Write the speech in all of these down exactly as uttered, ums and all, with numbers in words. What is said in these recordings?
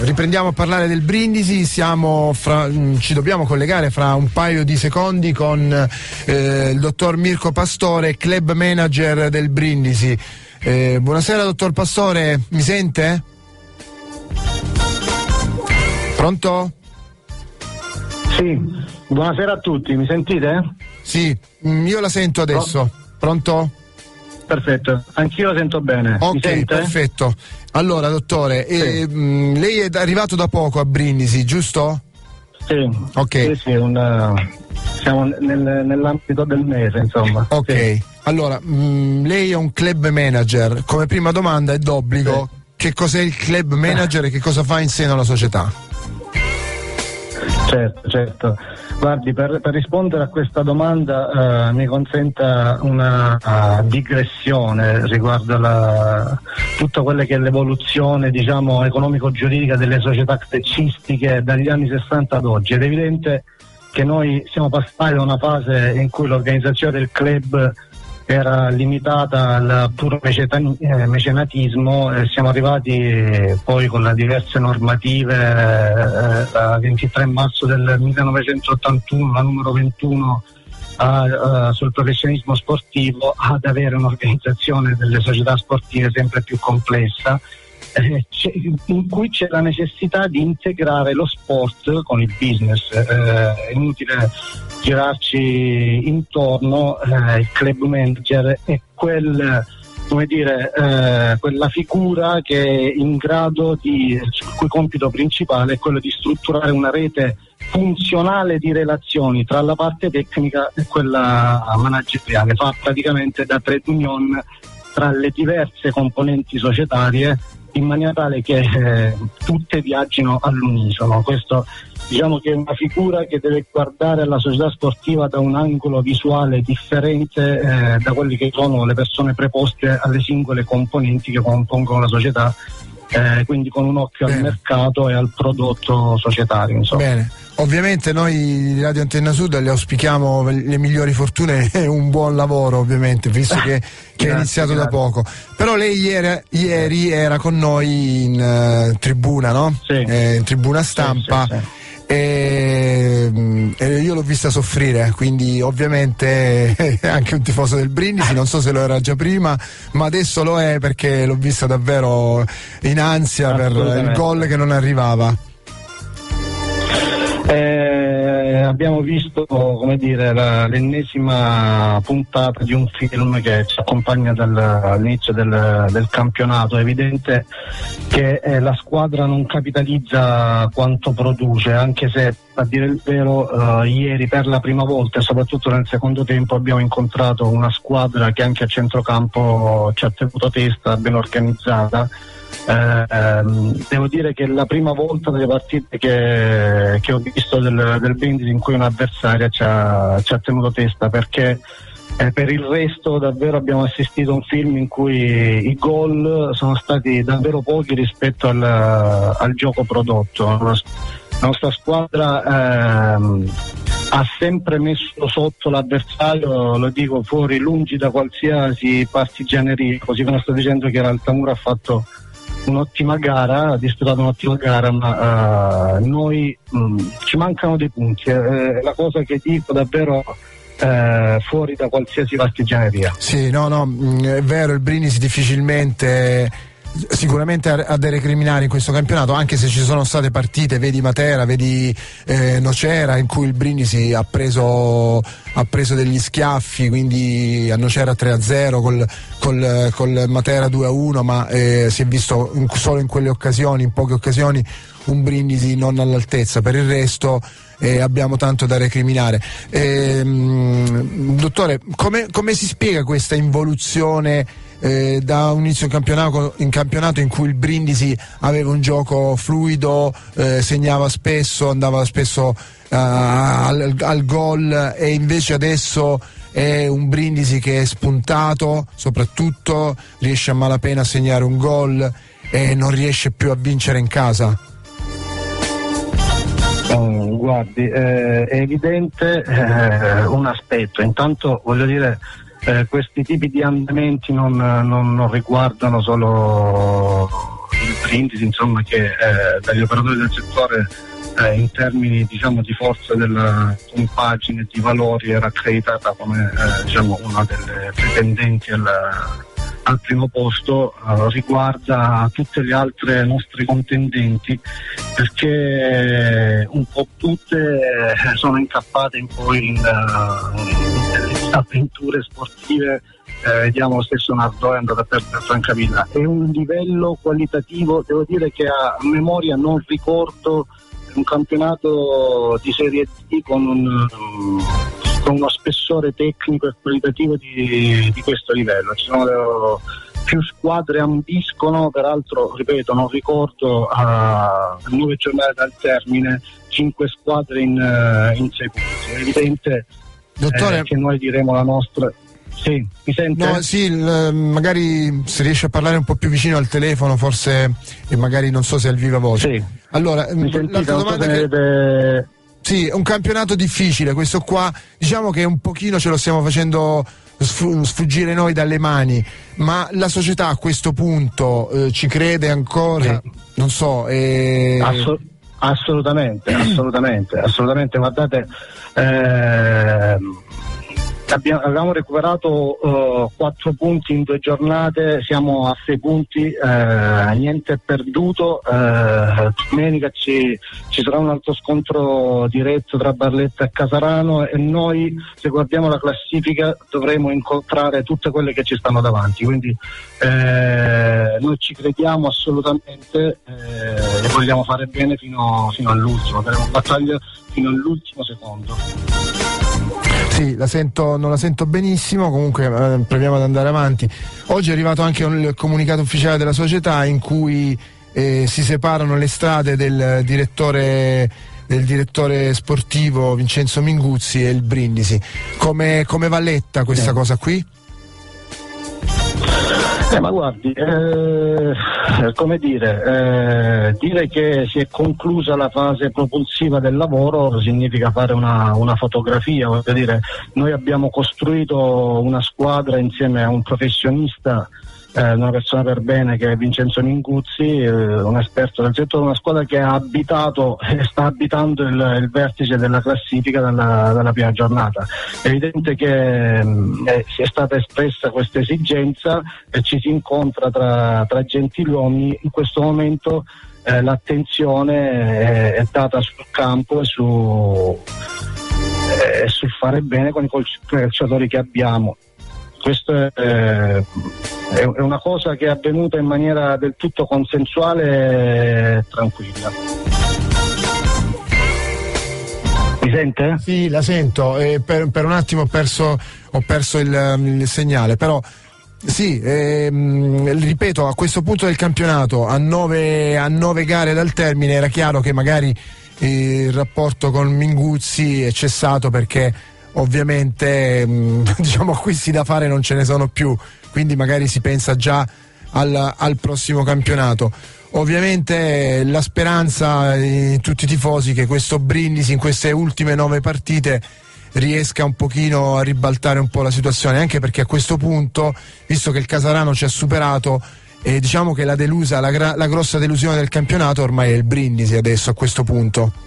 Riprendiamo a parlare del Brindisi, siamo fra, ci dobbiamo collegare fra un paio di secondi con eh, il dottor Mirko Pastore, club manager del Brindisi. Eh, buonasera dottor Pastore, mi sente? Pronto? Sì, buonasera a tutti, mi sentite? Sì, io la sento adesso. Pronto? Perfetto, anch'io la sento bene. Ok, mi sente? Perfetto. Allora dottore, sì. eh, mh, lei è arrivato da poco a Brindisi, giusto? Sì, ok. Sì, sì, un, siamo nel, nell'ambito del mese, insomma. Ok, sì. allora mh, lei è un club manager, come prima domanda è d'obbligo, sì. Che cos'è il club manager e che cosa fa in seno alla società? Certo, certo. Guardi, per, per rispondere a questa domanda eh, mi consenta una uh, digressione riguardo la, tutta quella che è l'evoluzione, diciamo, economico-giuridica delle società calcistiche dagli anni sessanta ad oggi. È evidente che noi siamo passati da una fase in cui l'organizzazione del club era limitata al puro mecenatismo e siamo arrivati poi con le diverse normative eh, da ventitré marzo del millenovecentottantuno, la numero ventuno a, a, sul professionismo sportivo, ad avere un'organizzazione delle società sportive sempre più complessa, eh, in cui c'è la necessità di integrare lo sport con il business. Eh, è inutile girarci intorno, eh, il club manager è quel, come dire, eh, quella figura che è in grado di, il cui compito principale è quello di strutturare una rete funzionale di relazioni tra la parte tecnica e quella manageriale, fa praticamente da trade union tra le diverse componenti societarie in maniera tale che eh, tutte viaggino all'unisono. Questo, diciamo, che è una figura che deve guardare alla società sportiva da un angolo visuale differente eh, da quelli che sono le persone preposte alle singole componenti che compongono la società, eh, quindi con un occhio Bene. al mercato e al prodotto societario, insomma. Bene. Ovviamente noi di Radio Antenna Sud le auspichiamo le migliori fortune e un buon lavoro, ovviamente, visto che, che è iniziato grazie. da poco. Però lei ieri, ieri era con noi in uh, tribuna, no? Sì. Eh, in tribuna stampa. Sì, sì, sì. E, e io l'ho vista soffrire, quindi ovviamente anche un tifoso del Brindisi, non so se lo era già prima, ma adesso lo è perché l'ho vista davvero in ansia per il gol che non arrivava. Eh, abbiamo visto, come dire, la, l'ennesima puntata di un film che ci accompagna dal, all'inizio del, del campionato. È evidente che eh, la squadra non capitalizza quanto produce, anche se, a dire il vero, eh, ieri per la prima volta e soprattutto nel secondo tempo abbiamo incontrato una squadra che anche a centrocampo ci ha tenuto testa, ben organizzata. Eh, ehm, devo dire che è la prima volta delle partite che, che ho visto del, del Brindisi in cui un'avversaria ci ha, ci ha tenuto testa, perché eh, per il resto davvero abbiamo assistito a un film in cui i gol sono stati davvero pochi rispetto al, al gioco prodotto. La nostra squadra ehm, ha sempre messo sotto l'avversario, lo dico fuori, lungi da qualsiasi partigianeria, così come sto dicendo che l'Altamura ha fatto un'ottima gara, ha disputato un'ottima gara, ma uh, noi mh, ci mancano dei punti, è eh, la cosa che dico davvero eh, fuori da qualsiasi partigianeria. Sì, no, no, mh, è vero, il Brindisi difficilmente, sicuramente ha da recriminare in questo campionato, anche se ci sono state partite, vedi Matera, vedi eh, Nocera, in cui il Brindisi ha preso ha preso degli schiaffi, quindi a Nocera tre a zero, col, col, col Matera due a uno, ma eh, si è visto in, solo in quelle occasioni, in poche occasioni, un Brindisi non all'altezza. Per il resto eh, abbiamo tanto da recriminare. Eh, mh, dottore, come, come si spiega questa involuzione Eh, da un inizio in campionato, in campionato in cui il Brindisi aveva un gioco fluido, eh, segnava spesso, andava spesso uh, al, al gol, e invece adesso è un Brindisi che è spuntato, soprattutto riesce a malapena a segnare un gol e non riesce più a vincere in casa? Um, guardi, eh, è evidente eh, un aspetto. Intanto voglio dire, Eh, questi tipi di andamenti non, non, non riguardano solo il Brindisi, insomma, che eh, dagli operatori del settore eh, in termini, diciamo, di forza della compagine, di valori, era accreditata come eh, diciamo, una delle pretendenti alla al primo posto. Uh, riguarda tutte le altre nostre contendenti, perché un po' tutte sono incappate in poi in, uh, in avventure sportive. Eh, vediamo lo stesso Nardò è andato a perdere Francavilla. È un livello qualitativo, devo dire che a memoria non ricordo un campionato di Serie D con un con uno spessore tecnico e qualitativo di, di questo livello. Ci sono più squadre ambiscono, peraltro ripeto non ricordo a nove giornate dal termine cinque squadre in, in sei punti. È evidente Dottore, eh, che noi diremo la nostra. Sì, mi sente? No, sì, l- magari se riesce a parlare un po' più vicino al telefono, forse, e magari non so se è al viva voce. Sì. Allora, mi sentite, l'altra domanda so che... avete... Sì, è un campionato difficile questo qua, diciamo che un pochino ce lo stiamo facendo sfuggire noi dalle mani, ma la società a questo punto eh, ci crede ancora? Sì. Non so. Eh... Assu- assolutamente, assolutamente, assolutamente. Guardate, eh, abbiamo, abbiamo recuperato uh, quattro punti in due giornate, siamo a sei punti, eh, niente è perduto. Eh, domenica ci, ci sarà un altro scontro diretto tra Barletta e Casarano e noi, se guardiamo la classifica, dovremo incontrare tutte quelle che ci stanno davanti, quindi eh, noi ci crediamo assolutamente eh, e vogliamo fare bene fino, fino all'ultimo, faremo battaglia fino all'ultimo secondo. Sì, la sento, non la sento benissimo, comunque eh, proviamo ad andare avanti. Oggi è arrivato anche un comunicato ufficiale della società in cui eh, si separano le strade del direttore, del direttore sportivo Vincenzo Minguzzi e il Brindisi. Come, come va letta questa eh. cosa qui? Eh, ma guardi, eh, come dire, eh, dire che si è conclusa la fase propulsiva del lavoro significa fare una, una fotografia, voglio dire, noi abbiamo costruito una squadra insieme a un professionista, eh, una persona per bene che è Vincenzo Minguzzi, eh, un esperto del settore, una squadra che ha abitato e sta abitando il, il vertice della classifica dalla, dalla prima giornata. È evidente che eh, è stata espressa questa esigenza e ci si incontra tra, tra gentiluomini. In questo momento eh, l'attenzione è, è data sul campo e su, eh, sul fare bene con i calciatori che abbiamo. Questo è, eh, è una cosa che è avvenuta in maniera del tutto consensuale e tranquilla. Mi sente? Sì, la sento, eh, per, per un attimo ho perso, ho perso il, il segnale, però sì, ehm, ripeto, a questo punto del campionato, a nove, a nove gare dal termine, era chiaro che magari eh, il rapporto con Minguzzi è cessato perché ovviamente mh, diciamo acquisti da fare non ce ne sono più, quindi magari si pensa già al, al prossimo campionato. Ovviamente la speranza di tutti i tifosi che questo Brindisi in queste ultime nove partite riesca un pochino a ribaltare un po' la situazione, anche perché a questo punto, visto che il Casarano ci ha superato, eh, diciamo che la delusa, la, gra- la grossa delusione del campionato ormai è il Brindisi adesso a questo punto.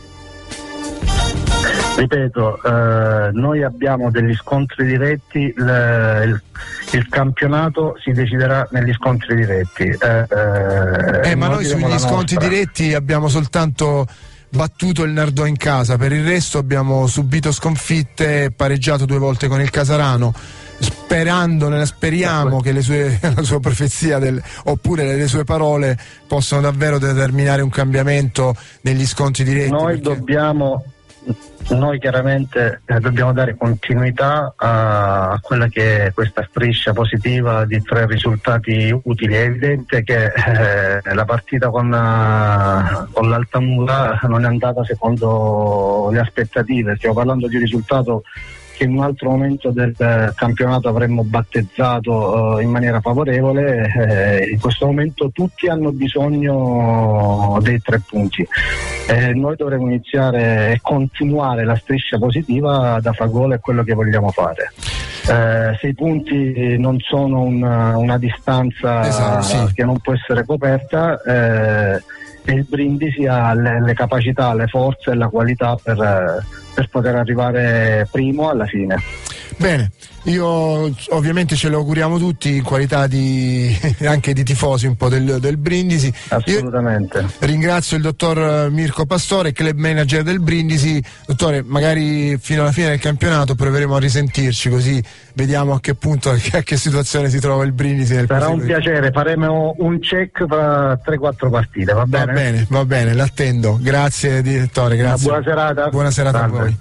Ripeto, eh, noi abbiamo degli scontri diretti, il, il, il campionato si deciderà negli scontri diretti. Eh, eh, eh ma noi sugli scontri diretti abbiamo soltanto battuto il Nardò in casa, per il resto abbiamo subito sconfitte e pareggiato due volte con il Casarano, sperando, speriamo che le sue, la sua profezia del, oppure le, le sue parole possano davvero determinare un cambiamento negli scontri diretti. Noi perché... dobbiamo Noi chiaramente eh, dobbiamo dare continuità a, a quella che è questa striscia positiva di tre risultati utili. È evidente che eh, la partita con, uh, con l'Altamura non è andata secondo le aspettative. Stiamo parlando di un risultato che in un altro momento del eh, campionato avremmo battezzato eh, in maniera favorevole. Eh, in questo momento tutti hanno bisogno dei tre punti. Eh, noi dovremo iniziare e continuare la striscia positiva da Fagola, è quello che vogliamo fare. eh, sei punti non sono una, una distanza esatto, sì. che non può essere coperta, eh, e il Brindisi ha le, le capacità, le forze e la qualità per, per poter arrivare primo alla fine. Bene, io ovviamente ce lo auguriamo tutti in qualità di anche di tifosi un po' del, del Brindisi. Assolutamente. Io ringrazio il dottor Mirko Pastore, club manager del Brindisi. Dottore, magari fino alla fine del campionato proveremo a risentirci, così vediamo a che punto, a che situazione si trova il Brindisi nel Sarà un piacere, faremo un check fra tre quattro partite, va bene? Va bene, va bene, l'attendo. Grazie direttore, grazie. Una buona serata. Buona serata Salve. a voi.